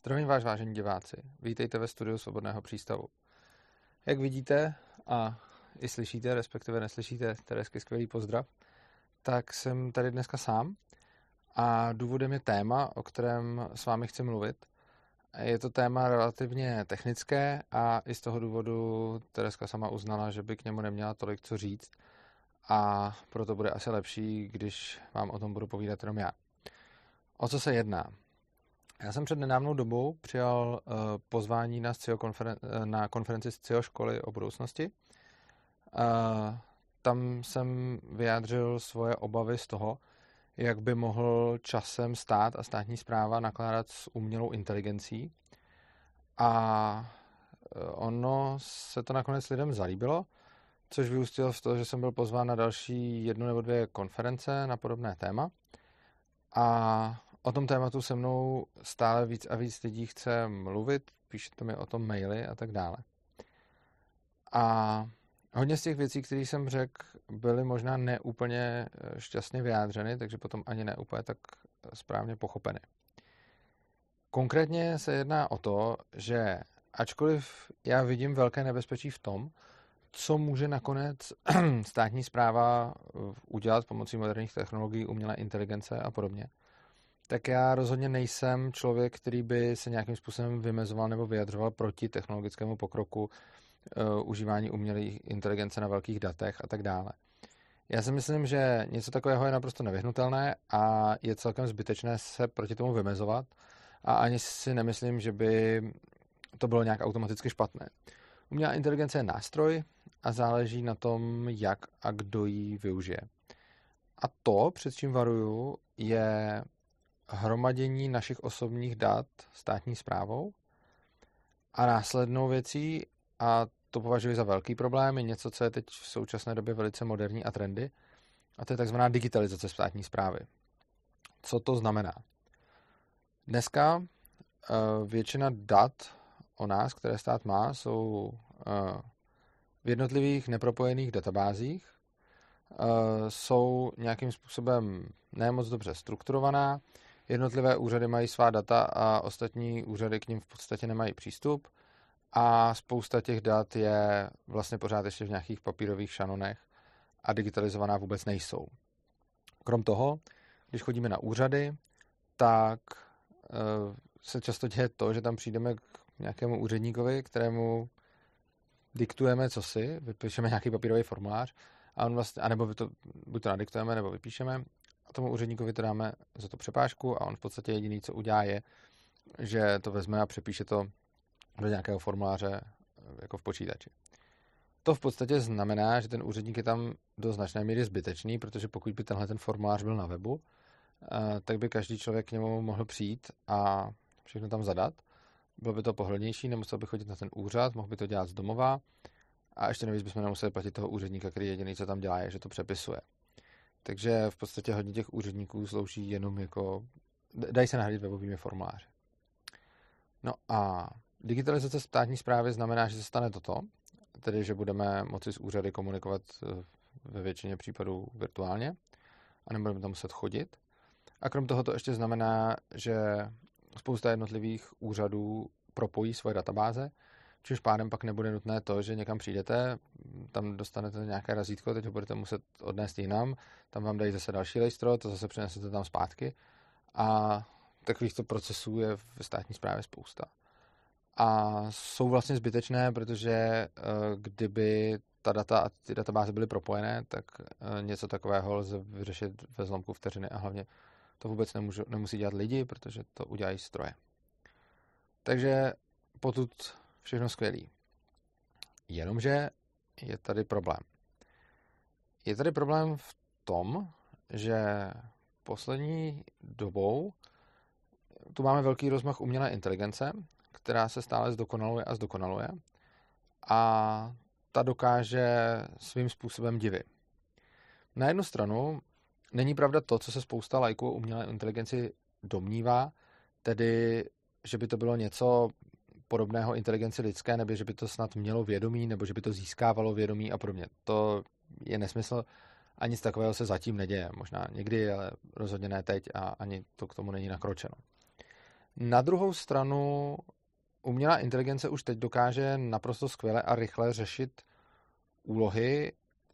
Zdravím vás, vážení diváci. Vítejte ve studiu Svobodného přístavu. Jak vidíte a i slyšíte, respektive neslyšíte Teresky skvělý pozdrav, tak jsem tady dneska sám a důvodem je téma, o kterém s vámi chci mluvit. Je to téma relativně technické a i z toho důvodu Tereska sama uznala, že by k němu neměla tolik co říct a proto bude asi lepší, když vám o tom budu povídat jenom já. O co se jedná? Já jsem před nedávnou dobou přijal pozvání na konferenci z CIO školy o budoucnosti. Tam jsem vyjádřil svoje obavy z toho, jak by mohl časem stát a státní správa nakládat s umělou inteligencí. A ono se to nakonec lidem zalíbilo, což vyústilo v to, že jsem byl pozván na další 1 nebo 2 konference na podobné téma. A o tom tématu se mnou stále víc a víc lidí chce mluvit, píšete mi o tom maily a tak dále. A hodně z těch věcí, které jsem řekl, byly možná neúplně šťastně vyjádřeny, takže potom ani neúplně tak správně pochopeny. Konkrétně se jedná o to, že ačkoliv já vidím velké nebezpečí v tom, co může nakonec státní správa udělat pomocí moderních technologií, umělé inteligence a podobně, tak já rozhodně nejsem člověk, který by se nějakým způsobem vymezoval nebo vyjadřoval proti technologickému pokroku, užívání umělé inteligence na velkých datech a tak dále. Já si myslím, že něco takového je naprosto nevyhnutelné a je celkem zbytečné se proti tomu vymezovat a ani si nemyslím, že by to bylo nějak automaticky špatné. Umělá inteligence je nástroj a záleží na tom, jak a kdo ji využije. A to, před čím varuju, je hromadění našich osobních dat státní správou a následnou věcí, a to považuji za velký problém, je něco, co je teď v současné době velice moderní a trendy, a to je takzvaná digitalizace státní správy. Co to znamená? Dneska většina dat o nás, které stát má, jsou v jednotlivých nepropojených databázích, jsou nějakým způsobem nemoc dobře strukturovaná, jednotlivé úřady mají svá data a ostatní úřady k nim v podstatě nemají přístup a spousta těch dat je vlastně pořád ještě v nějakých papírových šanonech a digitalizovaná vůbec nejsou. Krom toho, když chodíme na úřady, tak se často děje to, že tam přijdeme k nějakému úředníkovi, kterému diktujeme cosi, vypíšeme nějaký papírový formulář a on vlastně, anebo buď to nadiktujeme, nebo vypíšeme a tomu úředníkovi to dáme za to přepážku a on v podstatě jediný, co udělá, je, že to vezme a přepíše to do nějakého formuláře jako v počítači. To v podstatě znamená, že ten úředník je tam do značné míry zbytečný, protože pokud by tenhle ten formulář byl na webu, tak by každý člověk k němu mohl přijít a všechno tam zadat. Bylo by to pohodlnější, nemusel by chodit na ten úřad, mohl by to dělat z domova a ještě navíc bychom nemuseli platit toho úředníka, který jediný, co tam dělá, je, že to přepisuje. Takže v podstatě hodně těch úředníků slouží jenom jako, dají se nahradit webovými formuláři. No a digitalizace státní správy znamená, že se stane toto, tedy že budeme moci s úřady komunikovat ve většině případů virtuálně a nebudeme tam muset chodit. A krom toho to ještě znamená, že spousta jednotlivých úřadů propojí svoje databáze, čímž pádem pak nebude nutné to, že někam přijdete, tam dostanete nějaké razítko, teď ho budete muset odnést jinam, tam vám dají zase další lejstro, to zase přinesete tam zpátky a takovýchto procesů je v státní správě spousta. A jsou vlastně zbytečné, protože kdyby ta data a ty databáze byly propojené, tak něco takového lze vyřešit ve zlomku vteřiny a hlavně to vůbec nemusí dělat lidi, protože to udělají stroje. Takže potud všechno skvělý. Jenomže je tady problém. Je tady problém v tom, že poslední dobou tu máme velký rozmach umělé inteligence, která se stále zdokonaluje a ta dokáže svým způsobem divit. Na jednu stranu není pravda to, co se spousta laiků o umělé inteligenci domnívá, tedy, že by to bylo něco podobného inteligenci lidské, nebo že by to snad mělo vědomí, nebo že by to získávalo vědomí a podobně. To je nesmysl a nic takového se zatím neděje. Možná někdy, ale rozhodně ne teď a ani to k tomu není nakročeno. Na druhou stranu umělá inteligence už teď dokáže naprosto skvěle a rychle řešit úlohy,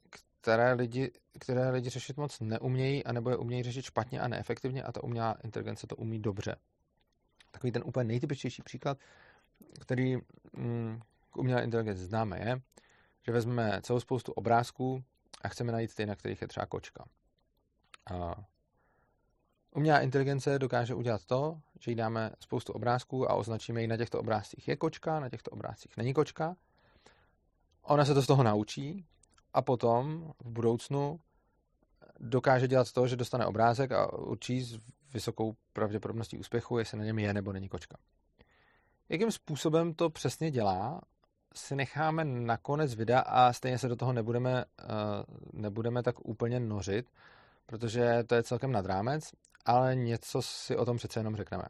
které lidi řešit moc neumějí, anebo je umějí řešit špatně a neefektivně, a ta umělá inteligence to umí dobře. Takový ten úplně nejtypičtější příklad, který k umělé inteligenci známe, je, že vezmeme celou spoustu obrázků a chceme najít ty, na kterých je třeba kočka. A umělá inteligence dokáže udělat to, že jí dáme spoustu obrázků a označíme ji, na těchto obrázcích je kočka, na těchto obrázcích není kočka. Ona se to z toho naučí a potom v budoucnu dokáže dělat to, že dostane obrázek a určí s vysokou pravděpodobností úspěchu, jestli na něm je nebo není kočka. Jakým způsobem to přesně dělá, si necháme na konec videa a stejně se do toho nebudeme tak úplně nořit, protože to je celkem nad rámec, ale něco si o tom přece jenom řekneme.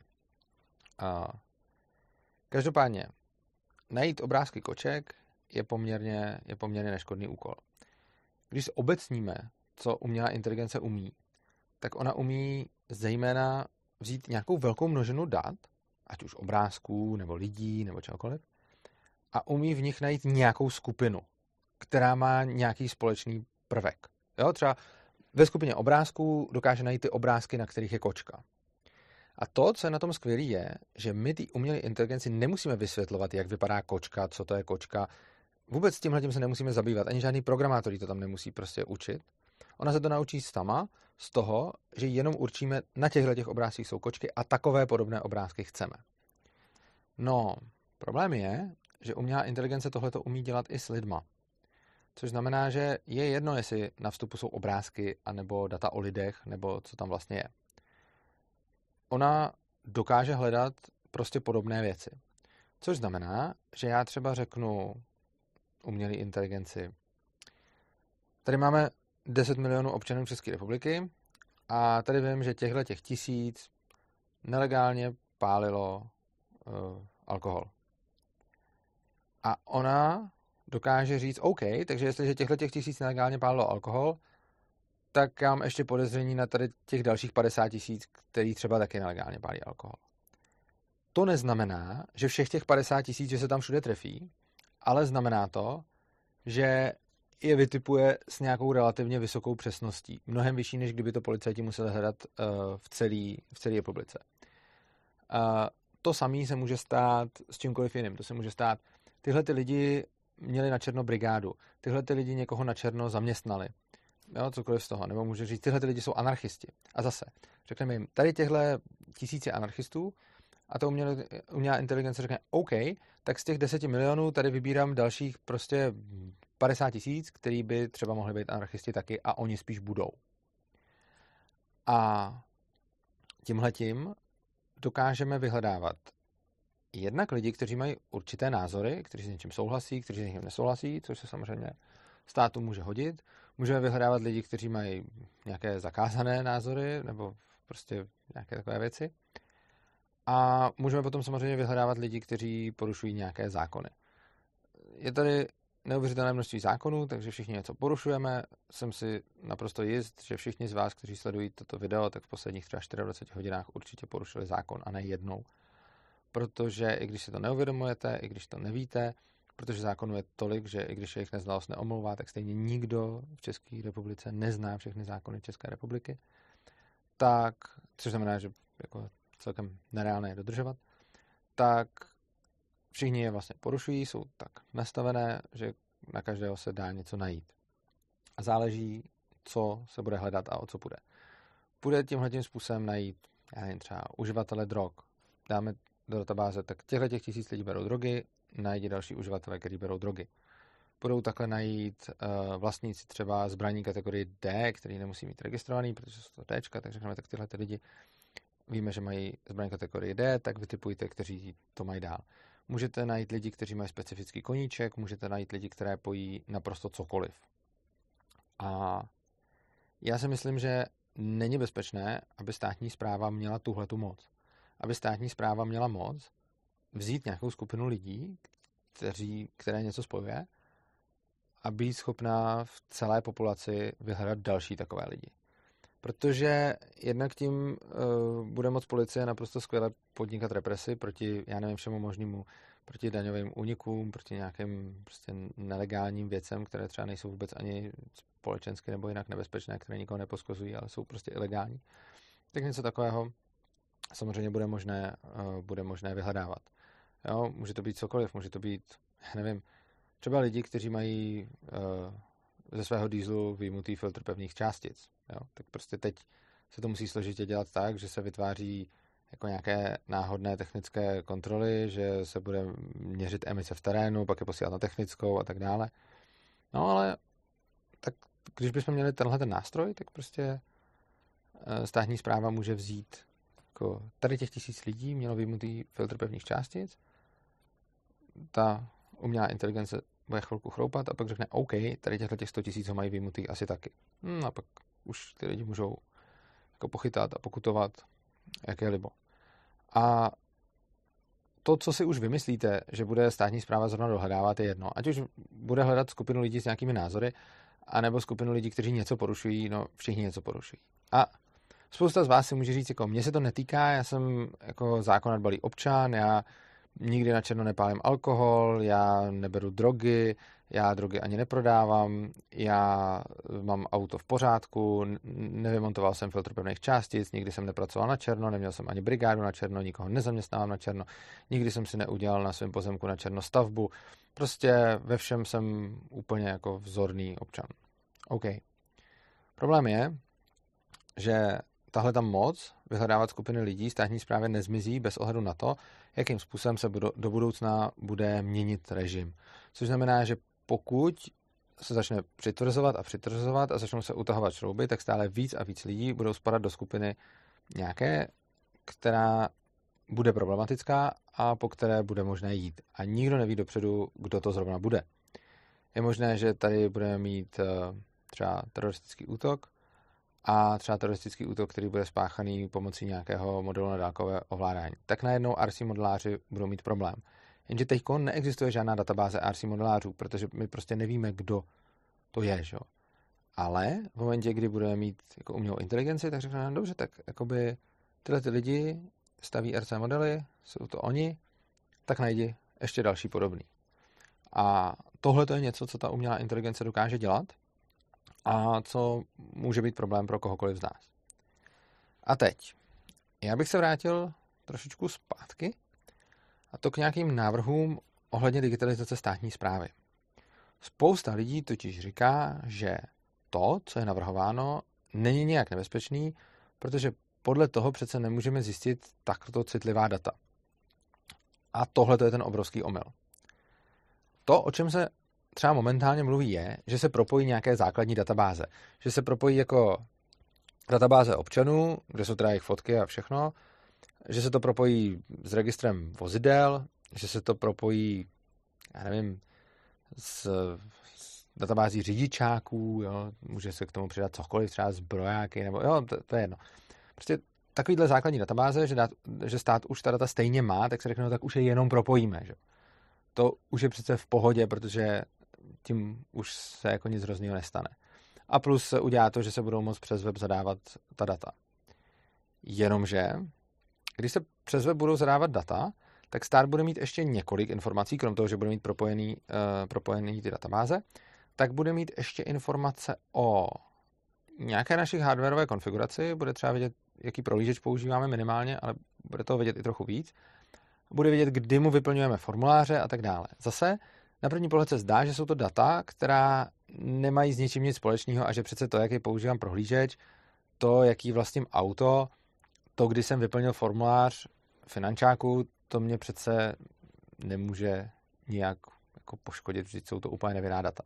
Každopádně, najít obrázky koček je poměrně neškodný úkol. Když obecníme, co umělá inteligence umí, tak ona umí zejména vzít nějakou velkou množinu dat, ať už obrázků, nebo lidí, nebo čehokoliv, a umí v nich najít nějakou skupinu, která má nějaký společný prvek. Jo, třeba ve skupině obrázků dokáže najít ty obrázky, na kterých je kočka. A to, co je na tom skvělé, je, že my ty umělé inteligenci nemusíme vysvětlovat, jak vypadá kočka, co to je kočka. Vůbec s tímhletím se nemusíme zabývat, ani žádný programátor to tam nemusí prostě učit. Ona se to naučí sama z toho, že jenom určíme, na těchto obrázcích jsou kočky a takové podobné obrázky chceme. No, problém je, že umělá inteligence tohleto umí dělat i s lidma. Což znamená, že je jedno, jestli na vstupu jsou obrázky, anebo data o lidech, nebo co tam vlastně je. Ona dokáže hledat prostě podobné věci. Což znamená, že já třeba řeknu umělé inteligenci. Tady máme 10 milionů občanů České republiky a tady vím, že těch 1000 nelegálně pálilo alkohol. A ona dokáže říct, OK, takže jestliže těch 1000 nelegálně pálilo alkohol, tak já mám ještě podezření na tady těch dalších 50 000, který třeba taky nelegálně pálí alkohol. To neznamená, že všech těch 50 000, že se tam všude trefí, ale znamená to, že je vytipuje s nějakou relativně vysokou přesností. Mnohem vyšší, než kdyby to policajti museli hledat v celé republice. To samé se může stát s čímkoliv jiným. To se může stát, tyhle ty lidi měli na černo brigádu, tyhle ty lidi někoho na černo zaměstnali, jo, cokoliv z toho. Nebo může říct, tyhle ty lidi jsou anarchisti. A zase, řekneme jim, tady těchhle 1000 anarchistů, a to umělá inteligence řekne, OK, tak z těch 10 milionů tady vybírám dalších prostě 50 000, který by třeba mohli být anarchisti taky a oni spíš budou. A tímhletím dokážeme vyhledávat jednak lidi, kteří mají určité názory, kteří s něčím souhlasí, kteří s něčím nesouhlasí, což se samozřejmě státu může hodit. Můžeme vyhledávat lidi, kteří mají nějaké zakázané názory nebo prostě nějaké takové věci. A můžeme potom samozřejmě vyhledávat lidi, kteří porušují nějaké zákony. Je tady neuvěřitelné množství zákonů, takže všichni něco porušujeme. Jsem si naprosto jist, že všichni z vás, kteří sledují toto video, tak v posledních třeba 24 hodinách určitě porušili zákon a ne jednou. Protože i když si to neuvědomujete, i když to nevíte, protože zákonů je tolik, že i když jejich neznalost neomlouvá, tak stejně nikdo v České republice nezná všechny zákony České republiky. Tak, což znamená, že jako celkem nereálné je dodržovat, tak všichni je vlastně porušují, jsou tak nastavené, že na každého se dá něco najít. A záleží, co se bude hledat a o co bude. Bude tímhletím způsobem najít, já nevím, třeba uživatele drog. Dáme do databáze, tak těch 1000 lidí berou drogy, najde další uživatele, kteří berou drogy. Budou takhle najít vlastníci třeba zbraní kategorie D, který nemusí mít registrovaný, protože jsou to Dčka, tak řekneme, tak tyhle lidi víme, že mají zbraň kategorie D, tak vytipujte, kteří to mají dál. Můžete najít lidi, kteří mají specifický koníček, můžete najít lidi, které pojí naprosto cokoliv. A já si myslím, že není bezpečné, aby státní správa měla tuhletu moc. Aby státní správa měla moc vzít nějakou skupinu lidí, které něco spojuje, a být schopná v celé populaci vyhledat další takové lidi. Protože jednak tím bude moc policie naprosto skvěle podnikat represi proti, já nevím, všemu možnému, proti daňovým únikům, proti nějakým prostě nelegálním věcem, které třeba nejsou vůbec ani společensky nebo jinak nebezpečné, které nikoho nepoškozují, ale jsou prostě ilegální. Tak něco takového samozřejmě bude možné vyhledávat. Jo, může to být cokoliv, může to být, já nevím, třeba lidi, kteří mají ze svého dýzlu vyjmutý filtr pevných částic. Jo? Tak prostě teď se to musí složitě dělat tak, že se vytváří jako nějaké náhodné technické kontroly, že se bude měřit emise v terénu, pak je posílat na technickou a tak dále. No ale tak když bychom měli tenhle ten nástroj, tak prostě státní správa může vzít jako tady těch 1000 lidí mělo vyjmutý filtr pevných částic, ta umělá inteligence bude chvilku chroupat a pak řekne OK, tady těch 100 000 ho mají vyjmutý asi taky. A pak už ty lidi můžou jako pochytat a pokutovat, jak je libo. A to, co si už vymyslíte, že bude státní správa zrovna dohledávat, je jedno. Ať už bude hledat skupinu lidí s nějakými názory, anebo skupinu lidí, kteří něco porušují, no všichni něco porušují. A spousta z vás si může říct, jako mně se to netýká, já jsem jako zákonadbalý občan, já nikdy na černo nepálím alkohol, já neberu drogy, já drogy ani neprodávám, já mám auto v pořádku, nevymontoval jsem filtr pevných částic, nikdy jsem nepracoval na černo, neměl jsem ani brigádu na černo, nikoho nezaměstnávám na černo, nikdy jsem si neudělal na svém pozemku na černo stavbu, prostě ve všem jsem úplně jako vzorný občan. OK. Problém je, že tahle tam moc vyhledávat skupiny lidí státní správě nezmizí bez ohledu na to, jakým způsobem se do budoucna bude měnit režim. Což znamená, že pokud se začne přitvrzovat a začnou se utahovat šrouby, tak stále víc a víc lidí budou spadat do skupiny nějaké, která bude problematická a po které bude možné jít. A nikdo neví dopředu, kdo to zrovna bude. Je možné, že tady budeme mít třeba teroristický útok, a třeba teroristický útok, který bude spáchaný pomocí nějakého modelu na dálkové ovládání. Tak najednou RC modeláři budou mít problém. Jenže teď neexistuje žádná databáze RC modelářů, protože my prostě nevíme, kdo to je. Že? Ale v momentě, kdy budeme mít jako umělou inteligenci, tak řekneme, dobře, tak jakoby tyhle ty lidi staví RC modely, jsou to oni, tak najdi ještě další podobný. A tohle to je něco, co ta umělá inteligence dokáže dělat, a co může být problém pro kohokoliv z nás. A teď, já bych se vrátil trošičku zpátky, a to k nějakým návrhům ohledně digitalizace státní správy. Spousta lidí totiž říká, že to, co je navrhováno, není nějak nebezpečný, protože podle toho přece nemůžeme zjistit takto citlivá data. A tohle to je ten obrovský omyl. To, o čem se třeba momentálně mluví, je, že se propojí nějaké základní databáze. Že se propojí jako databáze občanů, kde jsou teda jejich fotky a všechno, že se to propojí s registrem vozidel, že se to propojí, já nevím, s databází řidičáků, jo, může se k tomu přidat cokoliv, třeba zbrojáky, nebo jo, to je jedno. Prostě takovýhle základní databáze, že stát už ta data stejně má, tak se řekne, no, tak už je jenom propojíme. Že? To už je přece v pohodě, protože tím už se jako nic hroznýho nestane. A plus se udělá to, že se budou moct přes web zadávat ta data. Jenomže, když se přes web budou zadávat data, tak stát bude mít ještě několik informací, krom toho, že bude mít propojený ty databáze, tak bude mít ještě informace o nějaké našich hardwareové konfiguraci, bude třeba vědět, jaký prohlížeč používáme minimálně, ale bude toho vědět i trochu víc. Bude vědět, kdy mu vyplňujeme formuláře a tak dále. Zase na první pohled se zdá, že jsou to data, která nemají s ničím nic společného a že přece to, jaký používám prohlížeč, to, jaký vlastním auto, to, kdy jsem vyplnil formulář finančáku, to mě přece nemůže nijak jako poškodit, vždyť jsou to úplně nevinná data.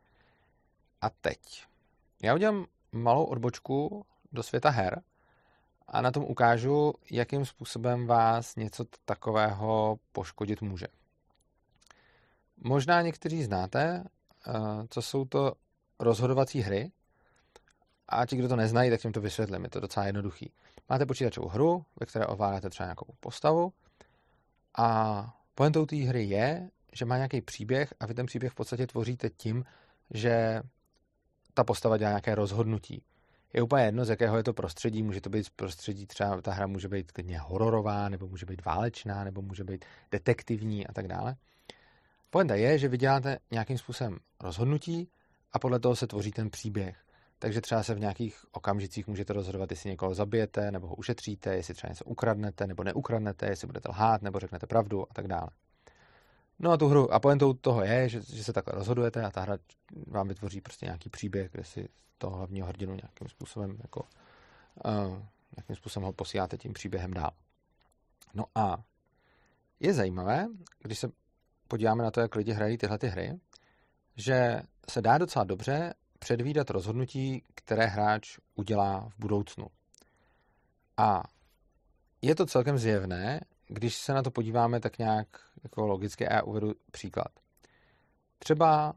A teď. Já udělám malou odbočku do světa her a na tom ukážu, jakým způsobem vás něco takového poškodit může. Možná někteří znáte, co jsou to rozhodovací hry, a ti, kdo to neznají, tak jim to vysvětlím, je to docela jednoduchý. Máte počítačovou hru, ve které ovládáte třeba nějakou postavu a pointou té hry je, že má nějaký příběh a vy ten příběh v podstatě tvoříte tím, že ta postava dělá nějaké rozhodnutí. Je úplně jedno, z jakého je to prostředí. Může to být prostředí, třeba ta hra může být klidně hororová, nebo může být válečná, nebo může být detektivní a tak dále. Pointa je, že vy děláte nějakým způsobem rozhodnutí a podle toho se tvoří ten příběh. Takže třeba se v nějakých okamžicích můžete rozhodovat, jestli někoho zabijete, nebo ho ušetříte, jestli třeba něco ukradnete, nebo neukradnete, jestli budete lhát, nebo řeknete pravdu a tak dále. No a tu hru, a pointou toho je, že se takhle rozhodujete a ta hra vám vytvoří prostě nějaký příběh, kde si toho hlavního hrdinu nějakým způsobem nějakým způsobem ho posíláte tím příběhem dál. No a je zajímavé, když se podíváme na to, jak lidi hrají tyhle ty hry, že se dá docela dobře předvídat rozhodnutí, které hráč udělá v budoucnu. A je to celkem zjevné, když se na to podíváme tak nějak jako logicky, a já uvedu příklad. Třeba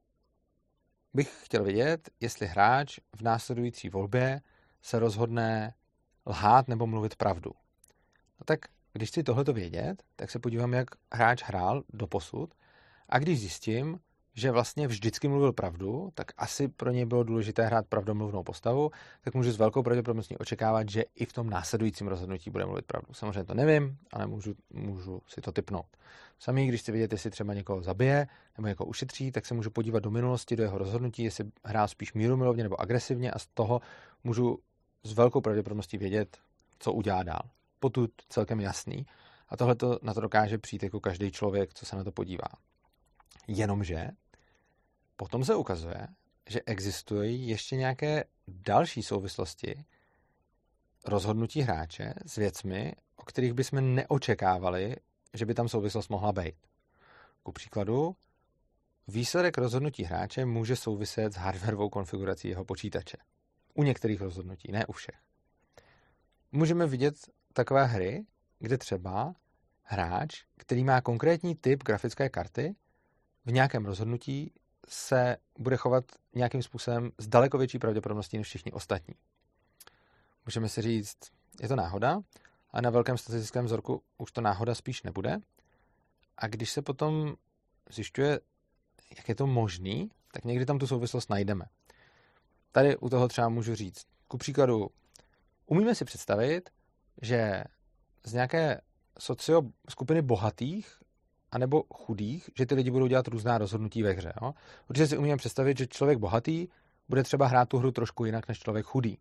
bych chtěl vědět, jestli hráč v následující volbě se rozhodne lhát nebo mluvit pravdu. No tak když chci tohleto vědět, tak se podívám, jak hráč hrál doposud, a když zjistím, že vlastně vždycky mluvil pravdu, tak asi pro něj bylo důležité hrát pravdomluvnou postavu, tak můžu s velkou pravděpodobností očekávat, že i v tom následujícím rozhodnutí bude mluvit pravdu. Samozřejmě to nevím, ale můžu si to tipnout. Samý, když chci vědět, jestli třeba někoho zabije nebo někoho ušetří, tak se můžu podívat do minulosti, do jeho rozhodnutí, jestli hrál spíš mírumilovně nebo agresivně, a z toho můžu s velkou pravděpodobností vědět, co udělá dál. Potud celkem jasný. A tohle na to dokáže přijít jako každý člověk, co se na to podívá. Jenomže potom se ukazuje, že existují ještě nějaké další souvislosti rozhodnutí hráče s věcmi, o kterých bychom neočekávali, že by tam souvislost mohla být. Ku příkladu, výsledek rozhodnutí hráče může souviset s hardwarovou konfigurací jeho počítače. U některých rozhodnutí, ne u všech. Můžeme vidět takové hry, kde třeba hráč, který má konkrétní typ grafické karty, v nějakém rozhodnutí se bude chovat nějakým způsobem s daleko větší pravděpodobností než všichni ostatní. Můžeme si říct, je to náhoda, a na velkém statistickém vzorku už to náhoda spíš nebude. A když se potom zjišťuje, jak je to možný, tak někdy tam tu souvislost najdeme. Tady u toho třeba můžu říct, ku příkladu, umíme si představit, že z nějaké skupiny bohatých anebo chudých, že ty lidi budou dělat různá rozhodnutí ve hře. Jo? Určitě si umíme představit, že člověk bohatý bude třeba hrát tu hru trošku jinak než člověk chudý.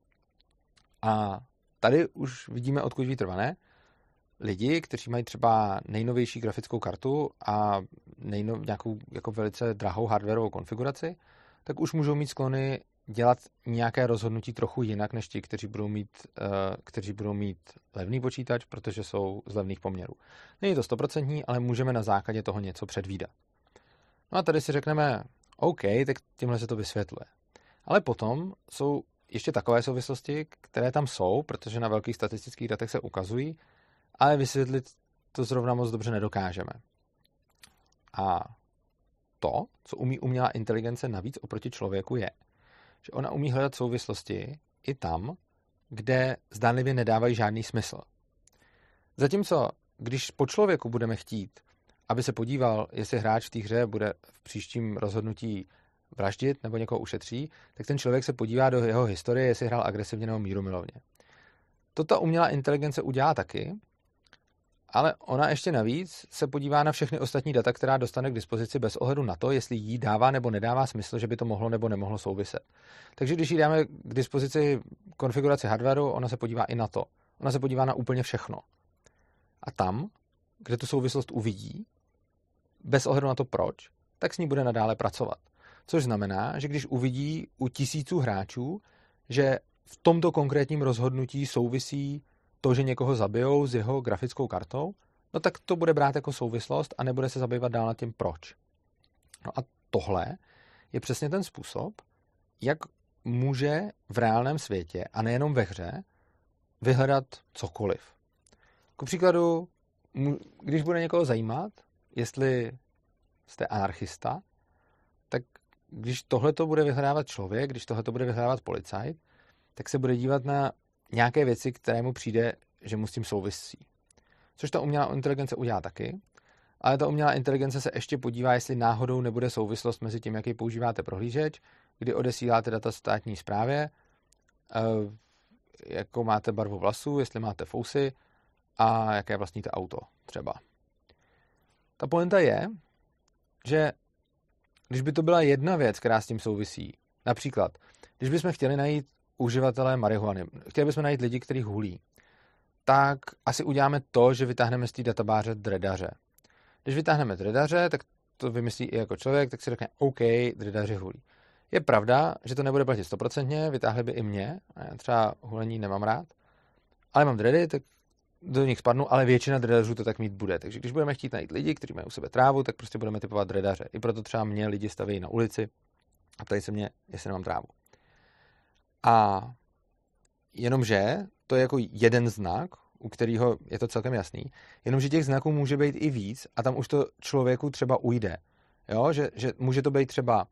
A tady už vidíme, odkud vytrvané. Lidi, kteří mají třeba nejnovější grafickou kartu a nějakou jako velice drahou hardwarovou konfiguraci, tak už můžou mít sklony dělat nějaké rozhodnutí trochu jinak než ti, kteří budou mít levný počítač, protože jsou z levných poměrů. Není to 100%, ale můžeme na základě toho něco předvídat. No a tady si řekneme, OK, tak tímhle se to vysvětluje. Ale potom jsou ještě takové souvislosti, které tam jsou, protože na velkých statistických datech se ukazují, ale vysvětlit to zrovna moc dobře nedokážeme. A to, co umí umělá inteligence navíc oproti člověku, je, že ona umí hledat souvislosti i tam, kde zdánlivě nedávají žádný smysl. Zatímco, když po člověku budeme chtít, aby se podíval, jestli hráč v té hře bude v příštím rozhodnutí vraždit nebo někoho ušetří, tak ten člověk se podívá do jeho historie, jestli hrál agresivně nebo mírumilovně. To ta umělá inteligence udělá taky, ale ona ještě navíc se podívá na všechny ostatní data, která dostane k dispozici bez ohledu na to, jestli jí dává nebo nedává smysl, že by to mohlo nebo nemohlo souviset. Takže když jí dáme k dispozici konfiguraci hardwareu, ona se podívá i na to. Ona se podívá na úplně všechno. A tam, kde tu souvislost uvidí, bez ohledu na to proč, tak s ní bude nadále pracovat. Což znamená, že když uvidí u tisíců hráčů, že v tomto konkrétním rozhodnutí souvisí to, že někoho zabijou s jeho grafickou kartou, no tak to bude brát jako souvislost a nebude se zabývat dál nad tím proč. No a tohle je přesně ten způsob, jak může v reálném světě a nejenom ve hře vyhledat cokoliv. Ku příkladu, když bude někoho zajímat, jestli jste anarchista, tak když tohleto bude vyhledávat člověk, když tohleto bude vyhledávat policajt, tak se bude dívat na nějaké věci, které mu přijde, že mu s tím souvisí. Což ta umělá inteligence udělá taky, ale ta umělá inteligence se ještě podívá, jestli náhodou nebude souvislost mezi tím, jaký používáte prohlížeč, kdy odesíláte data státní správě jakou máte barvu vlasů, jestli máte fousy a jaké vlastníte auto třeba. Ta pointa je, že když by to byla jedna věc, která s tím souvisí, například, když bychom chtěli najít uživatele marihuany, chtěli bychom najít lidi, kteří hulí, tak asi uděláme to, že vytáhneme z té databáře dredaře. Když vytáhneme dredaře, tak to vymyslí i jako člověk, tak si řekne OK, dredaři hulí. Je pravda, že to nebude platit 100%, vytáhli by i mě, já třeba hulení nemám rád, ale mám dredy, tak do nich spadnu, ale většina dredařů to tak mít bude. Takže když budeme chtít najít lidi, kteří mají u sebe trávu, tak prostě budeme typovat dredaře. I proto třeba mě lidi staví na ulici a ptají se mě, jestli nemám trávu. A jenomže to je jako jeden znak, u kterého je to celkem jasný, jenomže těch znaků může být i víc a tam už to člověku třeba ujde. Jo? Že může to být třeba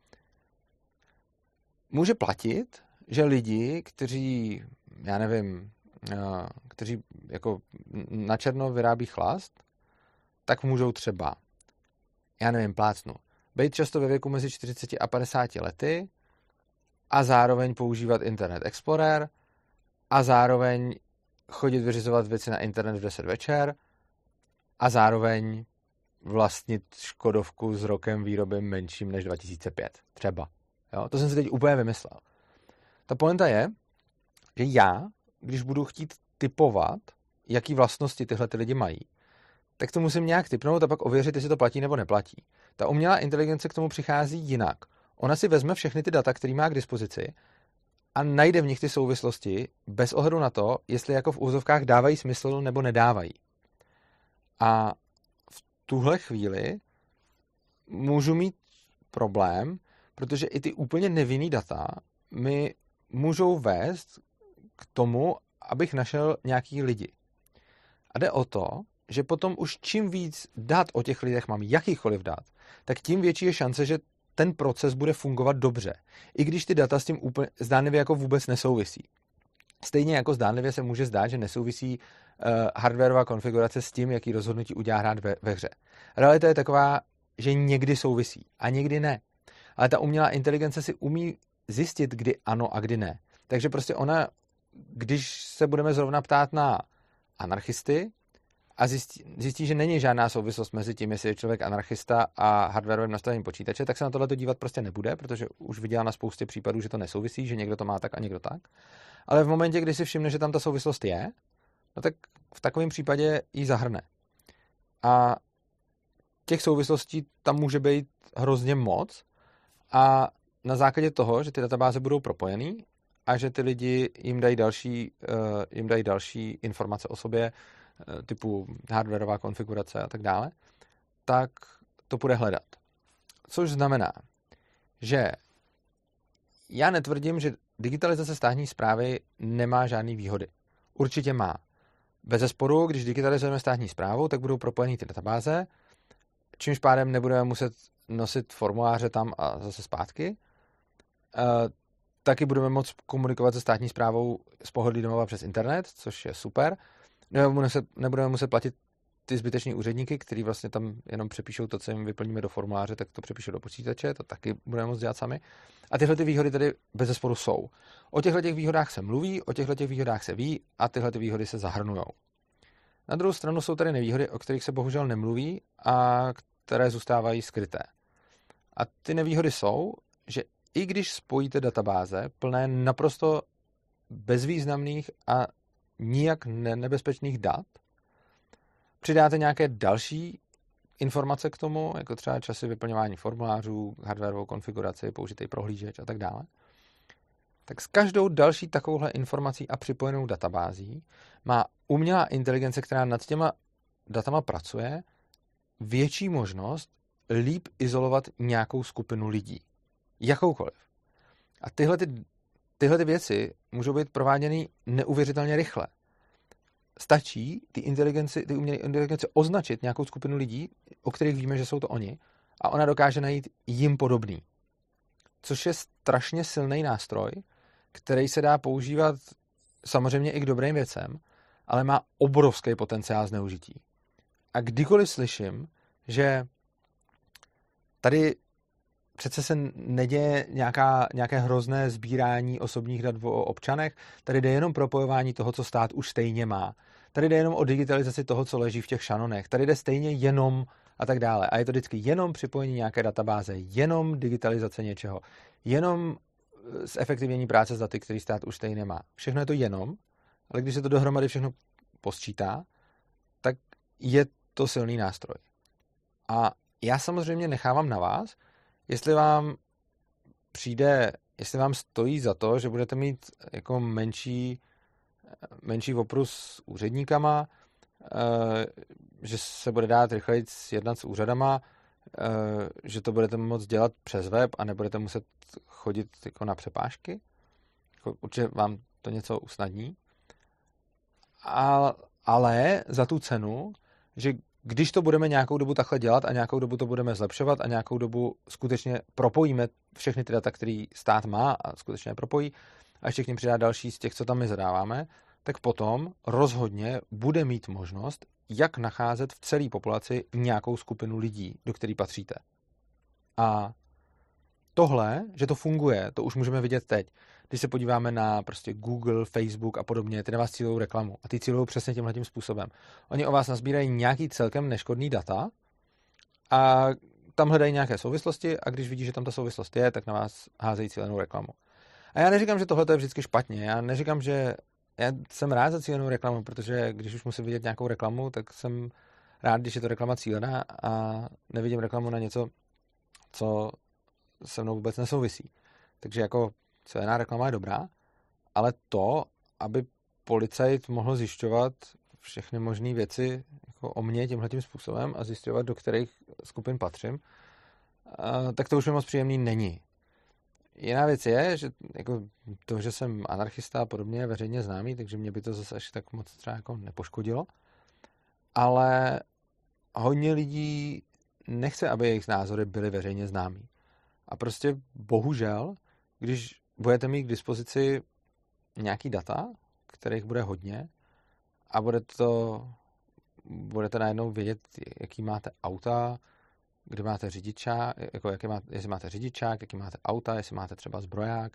může platit, že lidi, kteří, já nevím, kteří jako na černo vyrábí chlast, tak můžou třeba, já nevím, plácnu, být často ve věku mezi 40 a 50 lety a zároveň používat Internet Explorer a zároveň chodit vyřizovat věci na internet v 10 večer a zároveň vlastnit Škodovku s rokem výroby menším než 2005. Třeba. Jo? To jsem si teď úplně vymyslel. Ta pointa je, že já, když budu chtít typovat, jaký vlastnosti tyhle ty lidi mají, tak to musím nějak typnout a pak ověřit, jestli to platí nebo neplatí. Ta umělá inteligence k tomu přichází jinak. Ona si vezme všechny ty data, které má k dispozici a najde v nich ty souvislosti bez ohledu na to, jestli jako v úzovkách dávají smysl nebo nedávají. A v tuhle chvíli můžu mít problém, protože i ty úplně nevinný data mi můžou vést k tomu, abych našel nějaký lidi. A jde o to, že potom už čím víc dat o těch lidech mám, jakýchkoliv dat, tak tím větší je šance, že ten proces bude fungovat dobře. I když ty data s tím úplně zdánlivě jako vůbec nesouvisí. Stejně jako zdánlivě se může zdát, že nesouvisí hardwareová konfigurace s tím, jaký rozhodnutí udělá hrát ve hře. Realita je taková, že někdy souvisí a někdy ne. Ale ta umělá inteligence si umí zjistit, kdy ano a kdy ne. Takže prostě ona, když se budeme zrovna ptát na anarchisty a zjistí, že není žádná souvislost mezi tím, jestli je člověk anarchista a hardwareovým nastavením počítače, tak se na tohle dívat prostě nebude, protože už viděla na spoustě případů, že to nesouvisí, že někdo to má tak a někdo tak. Ale v momentě, kdy si všimne, že tam ta souvislost je, no tak v takovém případě ji zahrne. A těch souvislostí tam může být hrozně moc a na základě toho, že ty databáze budou propojený a že ty lidi jim dají další informace o sobě, typu hardwareová konfigurace a tak dále, tak to bude hledat. Což znamená, že já netvrdím, že digitalizace státní správy nemá žádný výhody. Určitě má. Bezesporu, když digitalizujeme státní správu, tak budou propojený ty databáze, čímž pádem nebudeme muset nosit formuláře tam a zase zpátky. Taky budeme moct komunikovat se státní správou z pohodlí domova přes internet, což je super. Nebudeme muset platit ty zbyteční úředníky, kteří vlastně tam jenom přepíšou to, co jim vyplníme do formuláře, tak to přepíšou do počítače, to taky budeme moct dělat sami. A tyhle ty výhody tady bezesporu jsou. O těchto těch výhodách se mluví, o těchto těch výhodách se ví a tyhle ty výhody se zahrnujou. Na druhou stranu jsou tady nevýhody, o kterých se bohužel nemluví a které zůstávají skryté. A ty nevýhody jsou, že i když spojíte databáze plné naprosto bezvýznamných a nijak nebezpečných dat, přidáte nějaké další informace k tomu, jako třeba časy vyplňování formulářů, hardwareovou konfiguraci, použitý prohlížeč a tak dále, tak s každou další takovouhle informací a připojenou databází má umělá inteligence, která nad těma datama pracuje, větší možnost líp izolovat nějakou skupinu lidí. Jakoukoliv. A tyhle ty věci můžou být prováděny neuvěřitelně rychle. Stačí ty umělé inteligence označit nějakou skupinu lidí, o kterých víme, že jsou to oni, a ona dokáže najít jim podobný. Což je strašně silný nástroj, který se dá používat samozřejmě i k dobrým věcem, ale má obrovský potenciál zneužití. A kdykoliv slyším, že tady přece se neděje nějaké hrozné sbírání osobních dat o občanech, tady jde jenom propojování toho, co stát už stejně má. Tady jde jenom o digitalizaci toho, co leží v těch šanonech. Tady jde stejně jenom a tak dále. A je to vždycky jenom připojení nějaké databáze, jenom digitalizace něčeho, jenom zefektivnění práce s daty, který stát už stejně má. Všechno je to jenom, ale když se to dohromady všechno posčítá, tak je to silný nástroj. A já samozřejmě nechávám na vás, jestli vám stojí za to, že budete mít jako menší oprus s úředníkama, že se bude dát rychleji jednat s úřadama, že to budete moct dělat přes web a nebudete muset chodit jako na přepážky. Určitě vám to něco usnadní. Ale za tu cenu, že když to budeme nějakou dobu takhle dělat a nějakou dobu to budeme zlepšovat a nějakou dobu skutečně propojíme všechny ty data, který stát má a skutečně je propojí a ještě k nim přidá další z těch, co tam my zadáváme, tak potom rozhodně bude mít možnost, jak nacházet v celé populaci nějakou skupinu lidí, do které patříte. A tohle, že to funguje, to už můžeme vidět teď. Když se podíváme na prostě Google, Facebook a podobně, ty na vás cílují reklamu. A ty cílují přesně tímhletím způsobem. Oni o vás nazbírají nějaký celkem neškodný data a tam hledají nějaké souvislosti a když vidí, že tam ta souvislost je, tak na vás házejí cílenou reklamu. A já neříkám, že tohle je vždycky špatně. Já neříkám, že já jsem rád za cílenou reklamu, protože když už musím vidět nějakou reklamu, tak jsem rád, když je to reklama cílená a nevidím reklamu na něco, co se mnou vůbec nesouvisí. Takže jako cílená reklama je dobrá, ale to, aby policajt mohl zjišťovat všechny možné věci jako o mně tímhletím způsobem a zjišťovat, do kterých skupin patřím, tak to už mi moc příjemný není. Jiná věc je, že jako to, že jsem anarchista a podobně je veřejně známý, takže mě by to zase až tak moc třeba jako nepoškodilo, ale hodně lidí nechce, aby jejich názory byly veřejně známý. A prostě bohužel, když budete mít k dispozici nějaký data, kterých bude hodně a budete najednou vědět, jaký máte auta, kde máte řidičák, jako jestli máte řidičák, jaký máte auta, jestli máte třeba zbroják.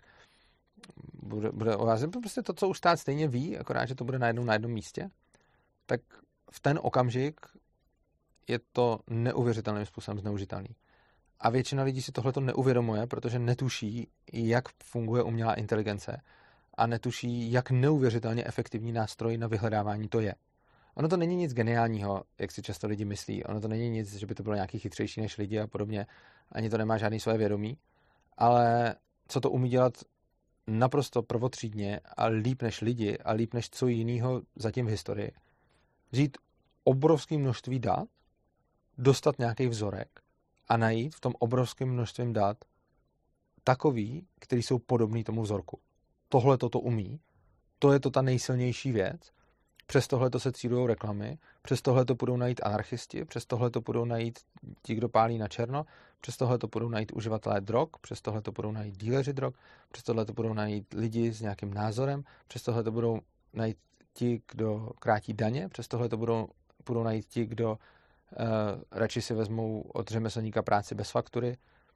Bude o vás prostě to, co už stát stejně ví, akorát, že to bude najednou na jednom místě, tak v ten okamžik je to neuvěřitelným způsobem zneužitelný. A většina lidí si tohleto neuvědomuje, protože netuší, jak funguje umělá inteligence a netuší, jak neuvěřitelně efektivní nástroj na vyhledávání to je. Ono to není nic geniálního, jak si často lidi myslí. Ono to není nic, že by to bylo nějaký chytřejší než lidi a podobně. Ani to nemá žádný své vědomí. Ale co to umí dělat naprosto prvotřídně a líp než lidi a líp než co jinýho zatím v historii. Vzít obrovské množství dat, dostat nějaký vzorek a najít v tom obrovském množství dat takový, který jsou podobný tomu vzorku. Tohle to umí. To je to ta nejsilnější věc. Přes tohle to se cílujou reklamy, přes tohle to budou najít anarchisti, přes tohle to budou najít ti, kdo pálí na černo, přes tohle to budou najít uživatelé drog, přes tohle to budou najít díleři drog, přes tohle to budou najít lidi s nějakým názorem, přes tohle to budou najít ti, kdo krátí daně, přes tohle to budou najít ti, kdo radši si vezmou od řemeslníka práci bez faktury,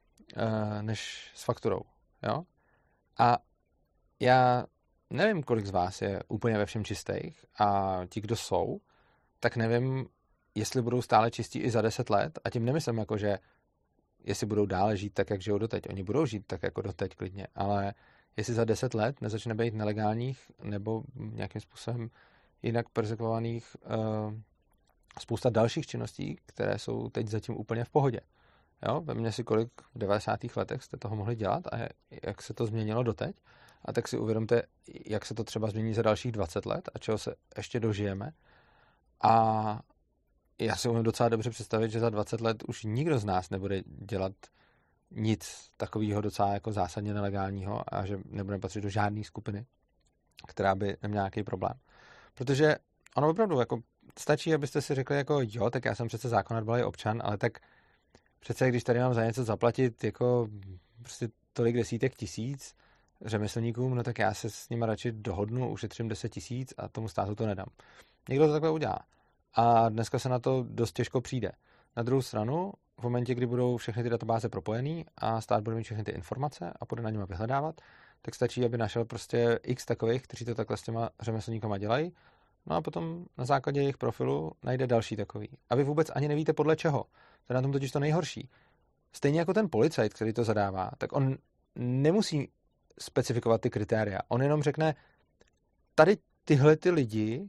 než s fakturou. Jo? A já nevím, kolik z vás je úplně ve všem čistých a ti, kdo jsou, tak nevím, jestli budou stále čistí i za 10 let a tím nemyslím jako, že jestli budou dále žít tak, jak žijou doteď. Oni budou žít tak, jako doteď klidně, ale jestli za 10 let nezačne být nelegálních nebo nějakým způsobem jinak perzekvovaných spousta dalších činností, které jsou teď zatím úplně v pohodě. Jo? Vemně si, kolik v 90. letech jste toho mohli dělat a jak se to změnilo doteď. A tak si uvědomte, jak se to třeba změní za dalších 20 let a čeho se ještě dožijeme. A já si umím docela dobře představit, že za 20 let už nikdo z nás nebude dělat nic takového docela jako zásadně nelegálního a že nebudeme patřit do žádné skupiny, která by neměla nějaký problém. Protože ono opravdu jako stačí, abyste si řekli jako jo, tak já jsem přece zákonodárný občan, ale tak přece když tady mám za něco zaplatit jako prostě tolik desítek tisíc řemeslníkům, no tak já se s nimi radši dohodnu, ušetřím 10 000 a tomu státu to nedám. Někdo to takhle udělá. A dneska se na to dost těžko přijde. Na druhou stranu v momentě, kdy budou všechny ty databáze propojený a stát bude mít všechny ty informace a bude na něma vyhledávat, tak stačí, aby našel prostě x takových, kteří to takhle s těma řemeslníkama dělají. No a potom na základě jejich profilu najde další takový. A vy vůbec ani nevíte podle čeho. To je na tom totiž to nejhorší. Stejně jako ten policajt, který to zadává, tak on nemusí specifikovat ty kritéria. On jenom řekne, tady tyhle ty lidi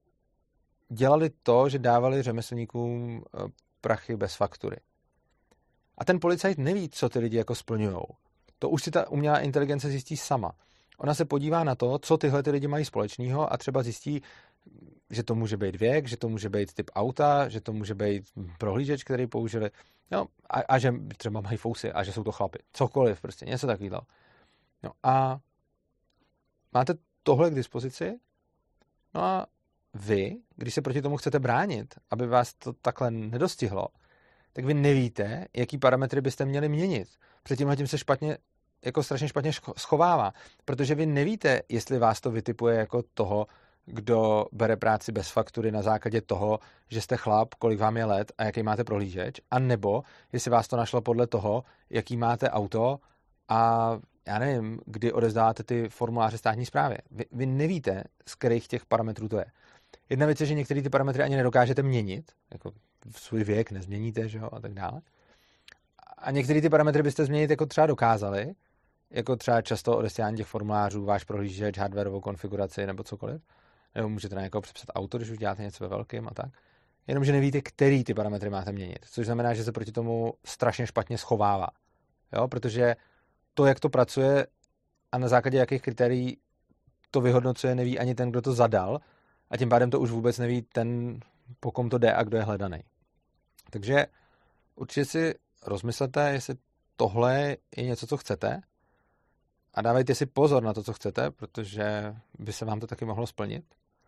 dělali to, že dávali řemeslníkům prachy bez faktury. A ten policajt neví, co ty lidi jako splňujou. To už si ta umělá inteligence zjistí sama. Ona se podívá na to, co tyhle ty lidi mají společného a třeba zjistí, že to může být věk, že to může být typ auta, že to může být prohlížeč, který použili, no, a že třeba mají fousy a že jsou to chlapi. Cokoliv, prostě něco takového. No a máte tohle k dispozici, no a vy, když se proti tomu chcete bránit, aby vás to takhle nedostihlo, tak vy nevíte, jaký parametry byste měli měnit. Před tímhletím se strašně špatně schovává, protože vy nevíte, jestli vás to vytipuje jako toho, kdo bere práci bez faktury na základě toho, že jste chlap, kolik vám je let a jaký máte prohlížeč, a nebo jestli vás to našlo podle toho, jaký máte auto a já nevím, kdy odevzdáváte ty formuláře státní správě. Vy nevíte, z kterých těch parametrů to je. Jedna věc je, že některé ty parametry ani nedokážete měnit, jako svůj věk nezměníte, že jo, a tak dále. A některé ty parametry byste změnit jako třeba dokázali, jako třeba často odesílání těch formulářů, váš prohlížeč, hardwarovou konfiguraci nebo cokoliv. Nebo můžete na někoho přepsat auto, když už děláte něco ve velkém a tak. Jenomže nevíte, který ty parametry máte měnit. Což znamená, že se proti tomu strašně špatně schovává. Jo? Protože to, jak to pracuje a na základě jakých kritérií to vyhodnocuje, neví ani ten, kdo to zadal, a tím pádem to už vůbec neví ten, po kom to jde a kdo je hledaný. Takže určitě si rozmyslete, jestli tohle je něco, co chcete, a dávejte si pozor na to, co chcete, protože by se vám to taky mohlo splnit.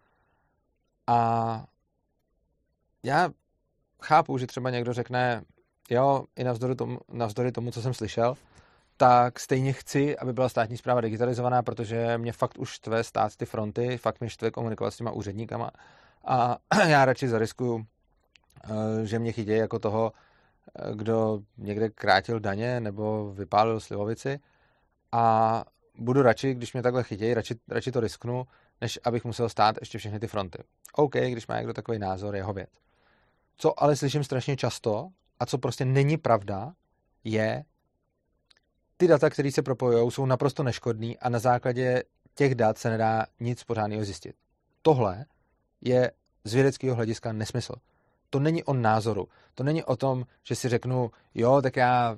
A já chápu, že třeba někdo řekne, jo, i navzdory tomu, co jsem slyšel, tak stejně chci, aby byla státní správa digitalizovaná, protože mě fakt už štve stát ty fronty, fakt mě štve komunikovat s těma úředníkama a já radši zariskuju, že mě chytějí jako toho, kdo někde krátil daně nebo vypálil slivovici, a budu radši, když mě takhle chytějí, radši to risknu, než abych musel stát ještě všechny ty fronty. OK, když má někdo takový názor, jeho věc. Co ale slyším strašně často a co prostě není pravda, je, ty data, které se propojují, jsou naprosto neškodný a na základě těch dat se nedá nic pořádného zjistit. Tohle je z vědeckého hlediska nesmysl. To není o názoru. To není o tom, že si řeknu, jo, tak já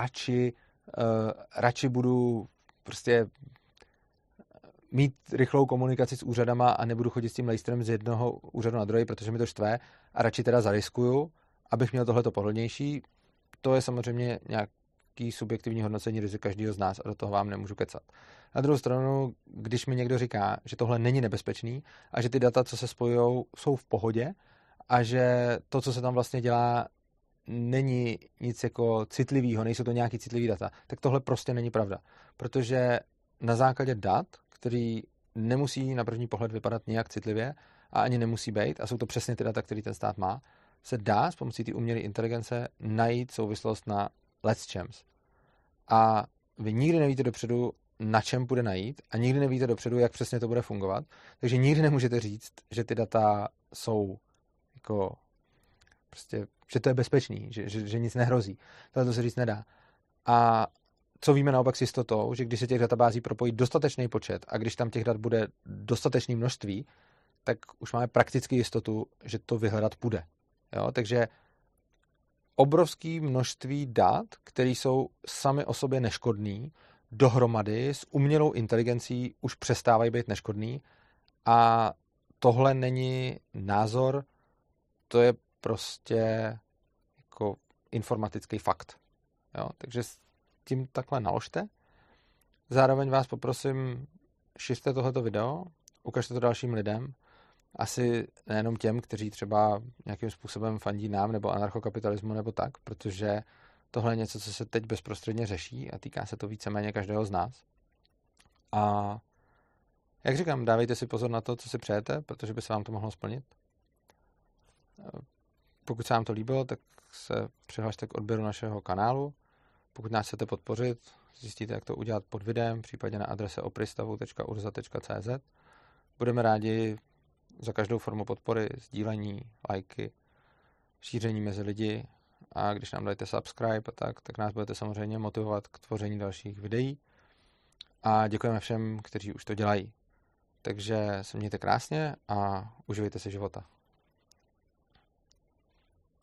radši budu prostě mít rychlou komunikaci s úřadama a nebudu chodit s tím lejstrem z jednoho úřadu na druhý, protože mi to štve, a radši teda zariskuju, abych měl tohleto pohodlnější. To je samozřejmě nějaký subjektivní hodnocení rizika každého z nás a do toho vám nemůžu kecat. Na druhou stranu, když mi někdo říká, že tohle není nebezpečný a že ty data, co se spojují, jsou v pohodě a že to, co se tam vlastně dělá, není nic jako citlivého, nejsou to nějaký citlivý data, tak tohle prostě není pravda. Protože na základě dat, který nemusí na první pohled vypadat nějak citlivě a ani nemusí být, a jsou to přesně ty data, které ten stát má, se dá s pomocí té umělé inteligence najít souvislost na lecčems. A vy nikdy nevíte dopředu, na čem bude najít, a nikdy nevíte dopředu, jak přesně to bude fungovat, takže nikdy nemůžete říct, že ty data jsou jako prostě, že to je bezpečný, že nic nehrozí. Tohle to se říct nedá. A co víme naopak s jistotou, že když se těch databází propojí dostatečný počet a když tam těch dat bude dostatečné množství, tak už máme prakticky jistotu, že to vyhledat půjde. Jo? Takže obrovské množství dat, které jsou sami o sobě neškodný, dohromady s umělou inteligencí už přestávají být neškodný, a tohle není názor, to je prostě jako informatický fakt. Jo? Takže s tím takhle naložte. Zároveň vás poprosím, šiřte tohleto video, ukažte to dalším lidem, asi nejenom těm, kteří třeba nějakým způsobem fandí nám nebo anarchokapitalismu nebo tak, protože tohle je něco, co se teď bezprostředně řeší a týká se to víceméně každého z nás. A jak říkám, dávejte si pozor na to, co si přejete, protože by se vám to mohlo splnit. Pokud se vám to líbilo, tak se přihlašte k odběru našeho kanálu. Pokud nás chcete podpořit, zjistíte, jak to udělat pod videem, případně na adrese opristavu.urza.cz. Budeme rádi za každou formu podpory, sdílení, lajky, šíření mezi lidi, a když nám dáte subscribe tak nás budete samozřejmě motivovat k tvoření dalších videí. A děkujeme všem, kteří už to dělají. Takže se mějte krásně a uživejte si života.